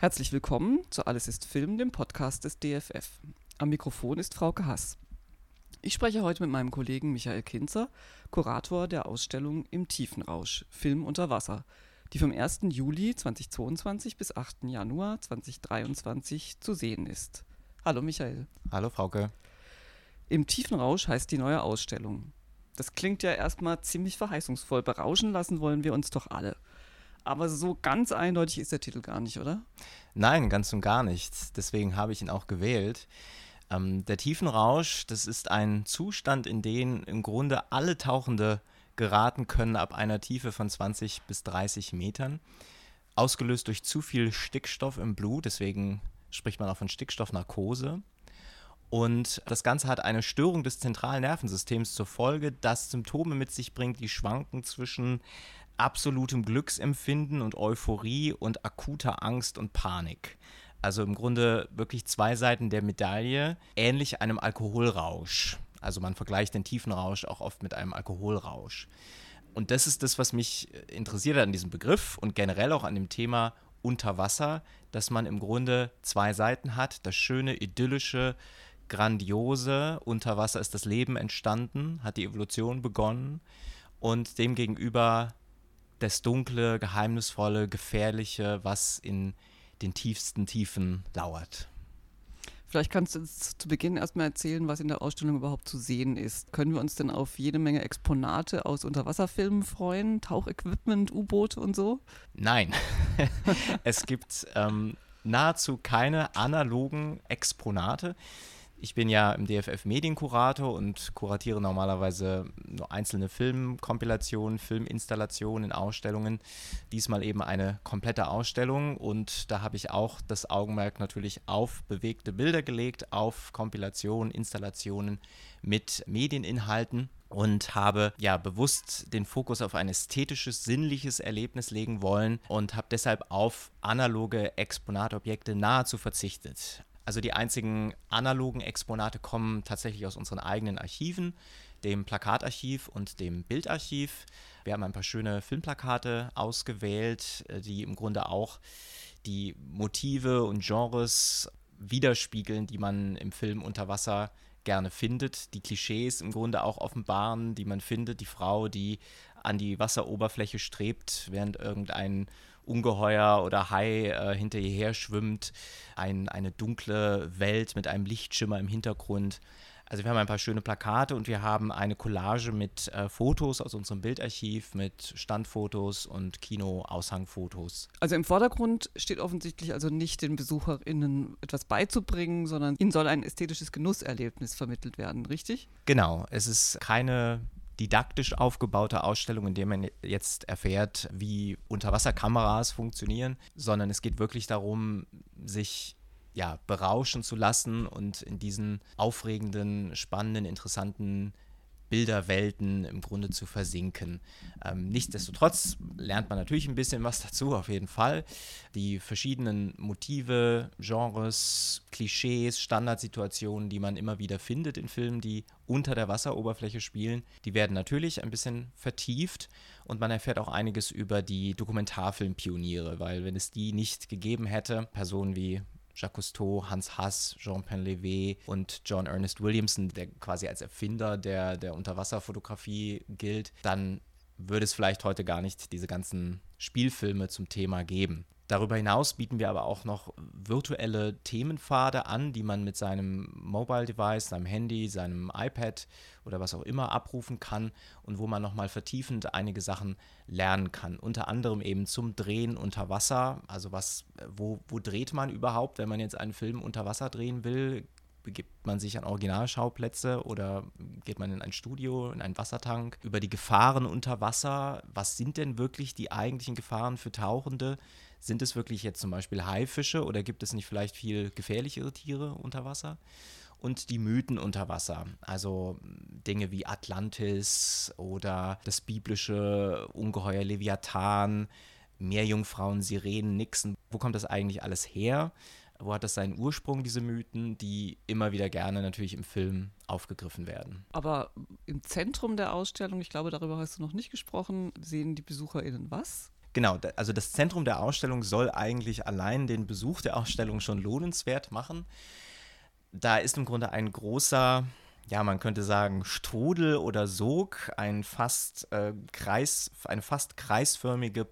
Herzlich willkommen zu Alles ist Film, dem Podcast des DFF. Am Mikrofon ist Frauke Hass. Ich spreche heute mit meinem Kollegen Michael Kinzer, Kurator der Ausstellung Im Tiefenrausch, Film unter Wasser, die vom 1. Juli 2022 bis 8. Januar 2023 zu sehen ist. Hallo Michael. Hallo Frauke. Im Tiefenrausch heißt die neue Ausstellung. Das klingt ja erstmal ziemlich verheißungsvoll. Berauschen lassen wollen wir uns doch alle. Aber so ganz eindeutig ist der Titel gar nicht, oder? Nein, ganz und gar nicht. Deswegen habe ich ihn auch gewählt. Der Tiefenrausch, das ist ein Zustand, in den im Grunde alle Tauchende geraten können ab einer Tiefe von 20 bis 30 Metern. Ausgelöst durch zu viel Stickstoff im Blut, deswegen spricht man auch von Stickstoffnarkose. Und das Ganze hat eine Störung des zentralen Nervensystems zur Folge, das Symptome mit sich bringt, die schwanken zwischen absolutem Glücksempfinden und Euphorie und akuter Angst und Panik. Also im Grunde wirklich zwei Seiten der Medaille, ähnlich einem Alkoholrausch. Also man vergleicht den Tiefenrausch auch oft mit einem Alkoholrausch. Und das ist das, was mich interessiert an diesem Begriff und generell auch an dem Thema Unterwasser, dass man im Grunde zwei Seiten hat. Das schöne, idyllische, grandiose, unter Wasser ist das Leben entstanden, hat die Evolution begonnen und demgegenüber das dunkle, geheimnisvolle, gefährliche, was in den tiefsten Tiefen lauert. Vielleicht kannst du uns zu Beginn erstmal erzählen, was in der Ausstellung überhaupt zu sehen ist. Können wir uns denn auf jede Menge Exponate aus Unterwasserfilmen freuen? Tauchequipment, U-Boote und so? Nein, es gibt nahezu keine analogen Exponate. Ich bin ja im DFF Medienkurator und kuratiere normalerweise nur einzelne Filmkompilationen, Filminstallationen in Ausstellungen. Diesmal eben eine komplette Ausstellung und da habe ich auch das Augenmerk natürlich auf bewegte Bilder gelegt, auf Kompilationen, Installationen mit Medieninhalten und habe ja bewusst den Fokus auf ein ästhetisches, sinnliches Erlebnis legen wollen und habe deshalb auf analoge Exponatobjekte nahezu verzichtet. Also die einzigen analogen Exponate kommen tatsächlich aus unseren eigenen Archiven, dem Plakatarchiv und dem Bildarchiv. Wir haben ein paar schöne Filmplakate ausgewählt, die im Grunde auch die Motive und Genres widerspiegeln, die man im Film unter Wasser gerne findet. Die Klischees im Grunde auch offenbaren, die man findet. Die Frau, die an die Wasseroberfläche strebt, während irgendein Ungeheuer oder Hai hinter ihr her schwimmt, eine dunkle Welt mit einem Lichtschimmer im Hintergrund. Also wir haben ein paar schöne Plakate und wir haben eine Collage mit Fotos aus unserem Bildarchiv, mit Standfotos und Kino-Aushangfotos. Also im Vordergrund steht offensichtlich also nicht den BesucherInnen etwas beizubringen, sondern ihnen soll ein ästhetisches Genusserlebnis vermittelt werden, richtig? Genau, es ist keine didaktisch aufgebaute Ausstellung, in der man jetzt erfährt, wie Unterwasserkameras funktionieren, sondern es geht wirklich darum, sich berauschen zu lassen und in diesen aufregenden, spannenden, interessanten Bilderwelten im Grunde zu versinken. Nichtsdestotrotz lernt man natürlich ein bisschen was dazu, auf jeden Fall. Die verschiedenen Motive, Genres, Klischees, Standardsituationen, die man immer wieder findet in Filmen, die unter der Wasseroberfläche spielen, die werden natürlich ein bisschen vertieft und man erfährt auch einiges über die Dokumentarfilmpioniere, weil wenn es die nicht gegeben hätte, Personen wie Jacques Cousteau, Hans Hass, Jean Painlevé und John Ernest Williamson, der quasi als Erfinder der Unterwasserfotografie gilt, dann würde es vielleicht heute gar nicht diese ganzen Spielfilme zum Thema geben. Darüber hinaus bieten wir aber auch noch virtuelle Themenpfade an, die man mit seinem Mobile Device, seinem Handy, seinem iPad oder was auch immer abrufen kann und wo man nochmal vertiefend einige Sachen lernen kann. Unter anderem eben zum Drehen unter Wasser, also wo dreht man überhaupt, wenn man jetzt einen Film unter Wasser drehen will? Begibt man sich an Originalschauplätze oder geht man in ein Studio, in einen Wassertank? Über die Gefahren unter Wasser, was sind denn wirklich die eigentlichen Gefahren für Tauchende? Sind es wirklich jetzt zum Beispiel Haifische oder gibt es nicht vielleicht viel gefährlichere Tiere unter Wasser? Und die Mythen unter Wasser, also Dinge wie Atlantis oder das biblische Ungeheuer Leviathan, Meerjungfrauen, Sirenen, Nixen. Wo kommt das eigentlich alles her? Wo hat das seinen Ursprung, diese Mythen, die immer wieder gerne natürlich im Film aufgegriffen werden? Aber im Zentrum der Ausstellung, ich glaube, darüber hast du noch nicht gesprochen, sehen die BesucherInnen was? Genau, also das Zentrum der Ausstellung soll eigentlich allein den Besuch der Ausstellung schon lohnenswert machen. Da ist im Grunde ein großer, ja, man könnte sagen, Strudel oder Sog, eine fast kreisförmige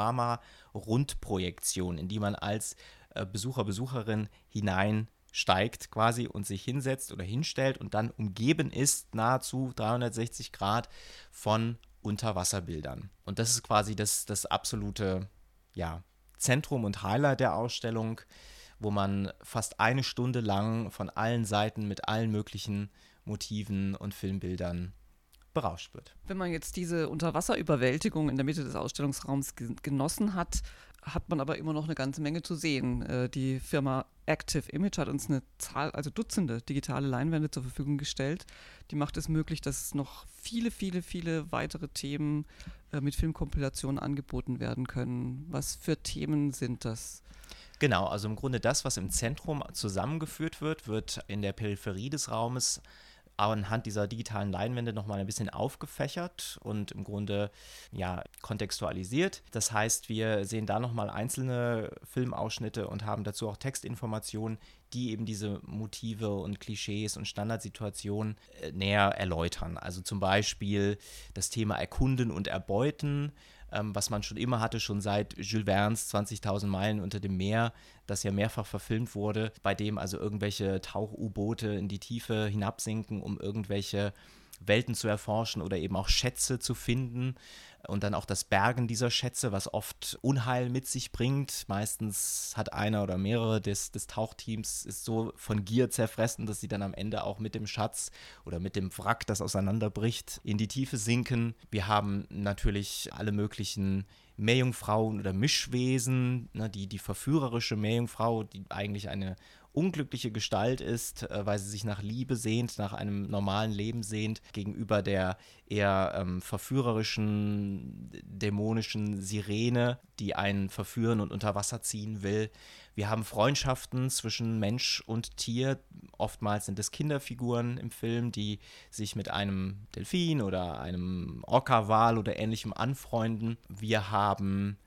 Panorama-Rundprojektion, in die man als Besucherin hineinsteigt quasi und sich hinsetzt oder hinstellt und dann umgeben ist, nahezu 360 Grad von Unterwasserbildern. Und das ist quasi das absolute, ja, Zentrum und Highlight der Ausstellung, wo man fast eine Stunde lang von allen Seiten mit allen möglichen Motiven und Filmbildern berauscht wird. Wenn man jetzt diese Unterwasserüberwältigung in der Mitte des Ausstellungsraums genossen hat, hat man aber immer noch eine ganze Menge zu sehen. Die Firma Active Image hat uns eine Zahl, also Dutzende digitale Leinwände zur Verfügung gestellt. Die macht es möglich, dass noch viele, viele, viele weitere Themen mit Filmkompilationen angeboten werden können. Was für Themen sind das? Genau, also im Grunde das, was im Zentrum zusammengeführt wird, wird in der Peripherie des Raumes anhand dieser digitalen Leinwände nochmal ein bisschen aufgefächert und im Grunde ja kontextualisiert. Das heißt, wir sehen da nochmal einzelne Filmausschnitte und haben dazu auch Textinformationen, die eben diese Motive und Klischees und Standardsituationen näher erläutern. Also zum Beispiel das Thema Erkunden und Erbeuten, was man schon immer hatte, schon seit Jules Verne's 20.000 Meilen unter dem Meer, das ja mehrfach verfilmt wurde, bei dem also irgendwelche Tauch-U-Boote in die Tiefe hinabsinken, um irgendwelche Welten zu erforschen oder eben auch Schätze zu finden und dann auch das Bergen dieser Schätze, was oft Unheil mit sich bringt. Meistens hat einer oder mehrere des Tauchteams ist so von Gier zerfressen, dass sie dann am Ende auch mit dem Schatz oder mit dem Wrack, das auseinanderbricht, in die Tiefe sinken. Wir haben natürlich alle möglichen Meerjungfrauen oder Mischwesen, ne, die verführerische Meerjungfrau, die eigentlich eine unglückliche Gestalt ist, weil sie sich nach Liebe sehnt, nach einem normalen Leben sehnt, gegenüber der eher verführerischen, dämonischen Sirene, die einen verführen und unter Wasser ziehen will. Wir haben Freundschaften zwischen Mensch und Tier. Oftmals sind es Kinderfiguren im Film, die sich mit einem Delfin oder einem Orca-Wal oder Ähnlichem anfreunden. Wir haben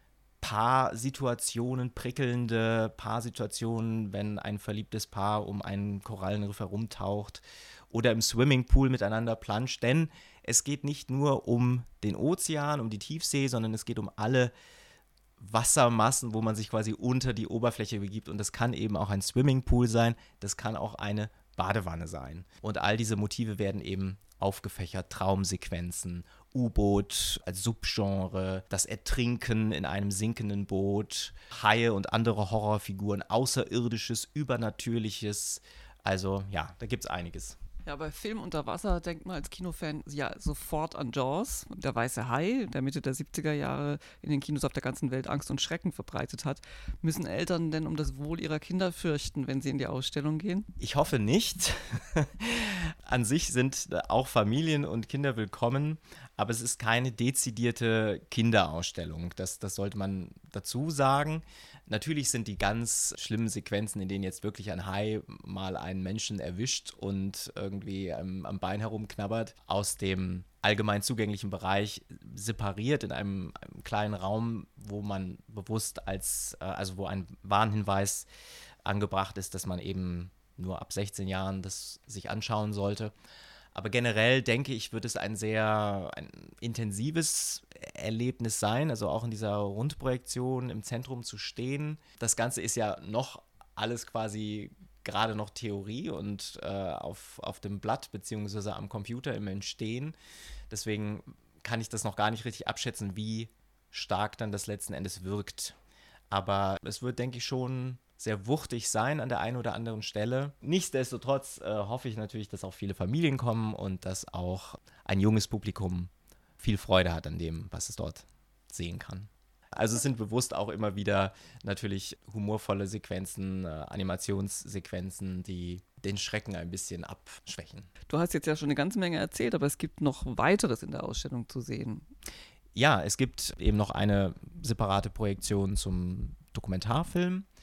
Paarsituationen, prickelnde Paarsituationen, wenn ein verliebtes Paar um einen Korallenriff herumtaucht oder im Swimmingpool miteinander planscht. Denn es geht nicht nur um den Ozean, um die Tiefsee, sondern es geht um alle Wassermassen, wo man sich quasi unter die Oberfläche begibt. Und das kann eben auch ein Swimmingpool sein, das kann auch eine Badewanne sein. Und all diese Motive werden eben aufgefächert, Traumsequenzen, U-Boot als Subgenre, das Ertrinken in einem sinkenden Boot, Haie und andere Horrorfiguren, Außerirdisches, Übernatürliches. Also ja, da gibt es einiges. Ja, bei Film unter Wasser denkt man als Kinofan ja sofort an Jaws, der weiße Hai, der Mitte der 70er Jahre in den Kinos auf der ganzen Welt Angst und Schrecken verbreitet hat. Müssen Eltern denn um das Wohl ihrer Kinder fürchten, wenn sie in die Ausstellung gehen? Ich hoffe nicht. An sich sind auch Familien und Kinder willkommen, aber es ist keine dezidierte Kinderausstellung. Das sollte man dazu sagen. Natürlich sind die ganz schlimmen Sequenzen, in denen jetzt wirklich ein Hai mal einen Menschen erwischt und irgendwie am Bein herumknabbert, aus dem allgemein zugänglichen Bereich separiert in einem kleinen Raum, wo man bewusst wo ein Warnhinweis angebracht ist, dass man eben nur ab 16 Jahren das sich anschauen sollte. Aber generell denke ich, wird es ein intensives Erlebnis sein, also auch in dieser Rundprojektion im Zentrum zu stehen. Das Ganze ist ja noch alles quasi gerade noch Theorie und auf dem Blatt beziehungsweise am Computer im Entstehen. Deswegen kann ich das noch gar nicht richtig abschätzen, wie stark dann das letzten Endes wirkt. Aber es wird, denke ich, schon sehr wuchtig sein an der einen oder anderen Stelle. Nichtsdestotrotz hoffe ich natürlich, dass auch viele Familien kommen und dass auch ein junges Publikum viel Freude hat an dem, was es dort sehen kann. Also es sind bewusst auch immer wieder natürlich humorvolle Sequenzen, Animationssequenzen, die den Schrecken ein bisschen abschwächen. Du hast jetzt ja schon eine ganze Menge erzählt, aber es gibt noch weiteres in der Ausstellung zu sehen. Ja, es gibt eben noch eine separate Projektion zum Dokumentarfilm.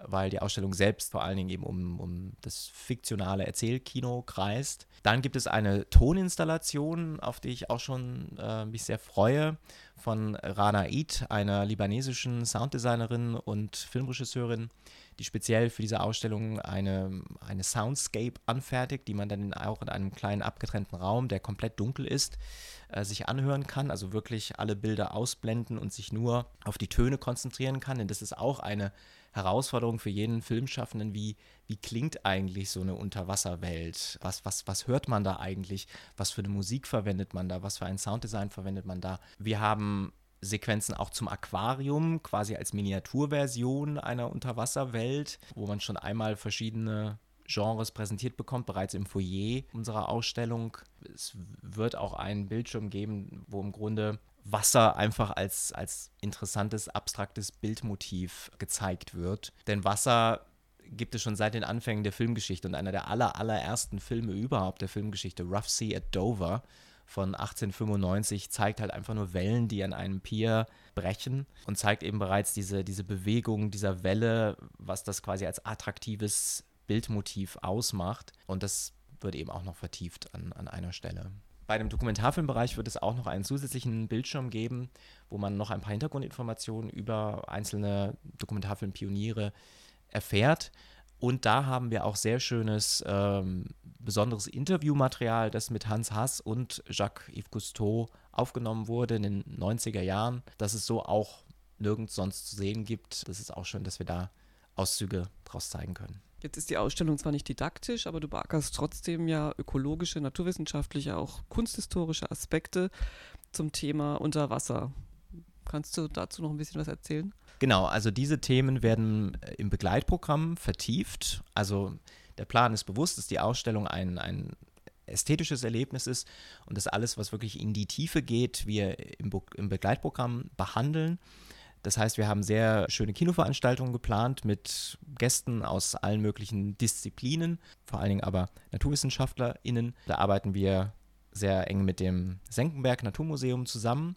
weil die Ausstellung selbst vor allen Dingen eben um das fiktionale Erzählkino kreist. Dann gibt es eine Toninstallation, auf die ich auch schon mich sehr freue, von Rana Eid, einer libanesischen Sounddesignerin und Filmregisseurin, die speziell für diese Ausstellung eine Soundscape anfertigt, die man dann auch in einem kleinen abgetrennten Raum, der komplett dunkel ist, sich anhören kann, also wirklich alle Bilder ausblenden und sich nur auf die Töne konzentrieren kann, denn das ist auch eine Herausforderung für jeden Filmschaffenden, wie klingt eigentlich so eine Unterwasserwelt? Was hört man da eigentlich? Was für eine Musik verwendet man da? Was für ein Sounddesign verwendet man da? Wir haben Sequenzen auch zum Aquarium, quasi als Miniaturversion einer Unterwasserwelt, wo man schon einmal verschiedene Genres präsentiert bekommt, bereits im Foyer unserer Ausstellung. Es wird auch einen Bildschirm geben, wo im Grunde Wasser einfach als interessantes, abstraktes Bildmotiv gezeigt wird. Denn Wasser gibt es schon seit den Anfängen der Filmgeschichte und einer der allerersten Filme überhaupt der Filmgeschichte, Rough Sea at Dover von 1895, zeigt halt einfach nur Wellen, die an einem Pier brechen und zeigt eben bereits diese Bewegung dieser Welle, was das quasi als attraktives Bildmotiv ausmacht. Und das wird eben auch noch vertieft an einer Stelle. Bei dem Dokumentarfilmbereich wird es auch noch einen zusätzlichen Bildschirm geben, wo man noch ein paar Hintergrundinformationen über einzelne Dokumentarfilmpioniere erfährt. Und da haben wir auch sehr schönes, besonderes Interviewmaterial, das mit Hans Hass und Jacques-Yves Cousteau aufgenommen wurde in den 90er Jahren, das es so auch nirgends sonst zu sehen gibt. Das ist auch schön, dass wir da Auszüge draus zeigen können. Jetzt ist die Ausstellung zwar nicht didaktisch, aber du beackerst trotzdem ja ökologische, naturwissenschaftliche, auch kunsthistorische Aspekte zum Thema Unterwasser. Kannst du dazu noch ein bisschen was erzählen? Genau, also diese Themen werden im Begleitprogramm vertieft. Also der Plan ist bewusst, dass die Ausstellung ein ästhetisches Erlebnis ist und dass alles, was wirklich in die Tiefe geht, wir im Begleitprogramm behandeln. Das heißt, wir haben sehr schöne Kinoveranstaltungen geplant mit Gästen aus allen möglichen Disziplinen, vor allen Dingen aber NaturwissenschaftlerInnen. Da arbeiten wir sehr eng mit dem Senckenberg Naturmuseum zusammen.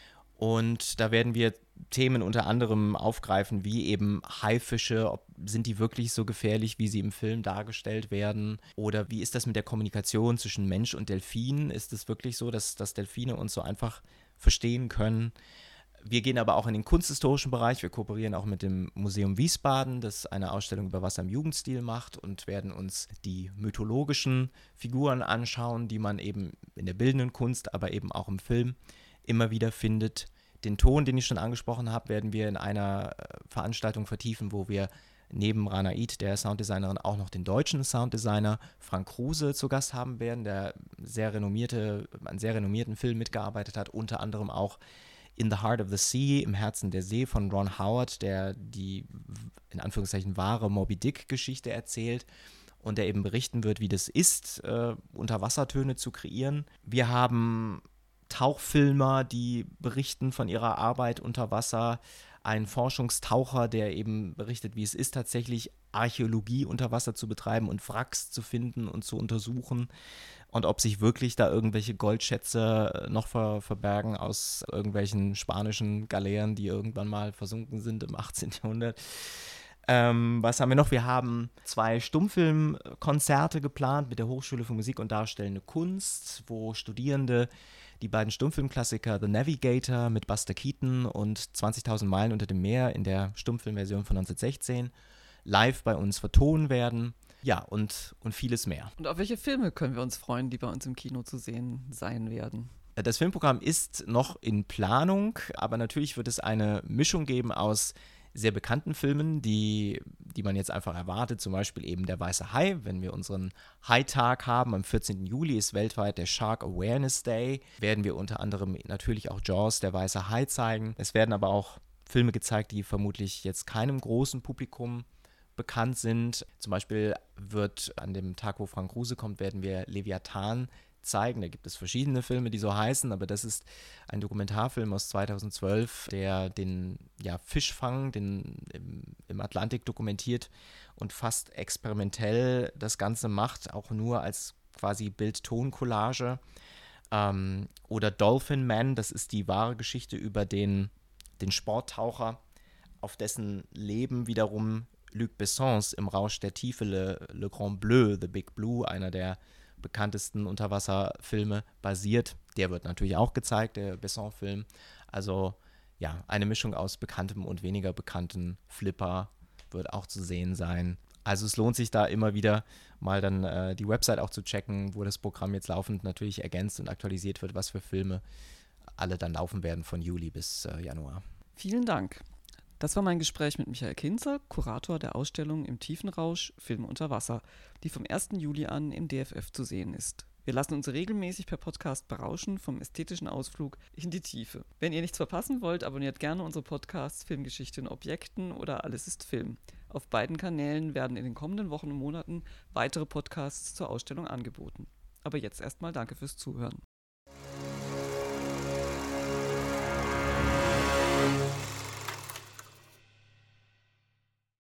Und da werden wir Themen unter anderem aufgreifen, wie eben Haifische, sind die wirklich so gefährlich, wie sie im Film dargestellt werden? Oder wie ist das mit der Kommunikation zwischen Mensch und Delfin? Ist es wirklich so, dass Delfine uns so einfach verstehen können? Wir gehen aber auch in den kunsthistorischen Bereich. Wir kooperieren auch mit dem Museum Wiesbaden, das eine Ausstellung über Wasser im Jugendstil macht, und werden uns die mythologischen Figuren anschauen, die man eben in der bildenden Kunst, aber eben auch im Film immer wieder findet. Den Ton, den ich schon angesprochen habe, werden wir in einer Veranstaltung vertiefen, wo wir neben Rana Eid, der Sounddesignerin, auch noch den deutschen Sounddesigner Frank Kruse zu Gast haben werden, der an sehr renommierten Film mitgearbeitet hat, unter anderem auch In the Heart of the Sea, im Herzen der See von Ron Howard, der die in Anführungszeichen wahre Moby-Dick-Geschichte erzählt und der eben berichten wird, wie das ist, Unterwassertöne zu kreieren. Wir haben Tauchfilmer, die berichten von ihrer Arbeit unter Wasser, ein Forschungstaucher, der eben berichtet, wie es ist, tatsächlich Archäologie unter Wasser zu betreiben und Wracks zu finden und zu untersuchen und ob sich wirklich da irgendwelche Goldschätze noch verbergen aus irgendwelchen spanischen Galeeren, die irgendwann mal versunken sind im 18. Jahrhundert. Was haben wir noch? Wir haben 2 Stummfilmkonzerte geplant mit der Hochschule für Musik und Darstellende Kunst, wo Studierende die beiden Stummfilmklassiker The Navigator mit Buster Keaton und 20.000 Meilen unter dem Meer in der Stummfilmversion von 1916 live bei uns vertonen werden. Ja, und vieles mehr. Und auf welche Filme können wir uns freuen, die bei uns im Kino zu sehen sein werden? Das Filmprogramm ist noch in Planung, aber natürlich wird es eine Mischung geben aus sehr bekannten Filmen, die man jetzt einfach erwartet, zum Beispiel eben Der Weiße Hai. Wenn wir unseren Hai-Tag haben, am 14. Juli ist weltweit der Shark Awareness Day, werden wir unter anderem natürlich auch Jaws, Der Weiße Hai zeigen. Es werden aber auch Filme gezeigt, die vermutlich jetzt keinem großen Publikum bekannt sind. Zum Beispiel wird an dem Tag, wo Frank Kruse kommt, werden wir Leviathan zeigen. Da gibt es verschiedene Filme, die so heißen, aber das ist ein Dokumentarfilm aus 2012, der den Fischfang im Atlantik dokumentiert und fast experimentell das Ganze macht, auch nur als quasi Bild-Ton-Collage. Oder Dolphin Man, das ist die wahre Geschichte über den Sporttaucher, auf dessen Leben wiederum Luc Bessons im Rausch der Tiefe, Le Grand Bleu, The Big Blue, einer der bekanntesten Unterwasserfilme, basiert. Der wird natürlich auch gezeigt, der Besson-Film. Also ja, eine Mischung aus bekanntem und weniger bekannten. Flipper wird auch zu sehen sein. Also es lohnt sich da immer wieder mal dann die Website auch zu checken, wo das Programm jetzt laufend natürlich ergänzt und aktualisiert wird, was für Filme alle dann laufen werden von Juli bis Januar. Vielen Dank. Das war mein Gespräch mit Michael Kinzer, Kurator der Ausstellung im Tiefenrausch Film unter Wasser, die vom 1. Juli an im DFF zu sehen ist. Wir lassen uns regelmäßig per Podcast berauschen vom ästhetischen Ausflug in die Tiefe. Wenn ihr nichts verpassen wollt, abonniert gerne unsere Podcasts Filmgeschichte in Objekten oder Alles ist Film. Auf beiden Kanälen werden in den kommenden Wochen und Monaten weitere Podcasts zur Ausstellung angeboten. Aber jetzt erstmal danke fürs Zuhören.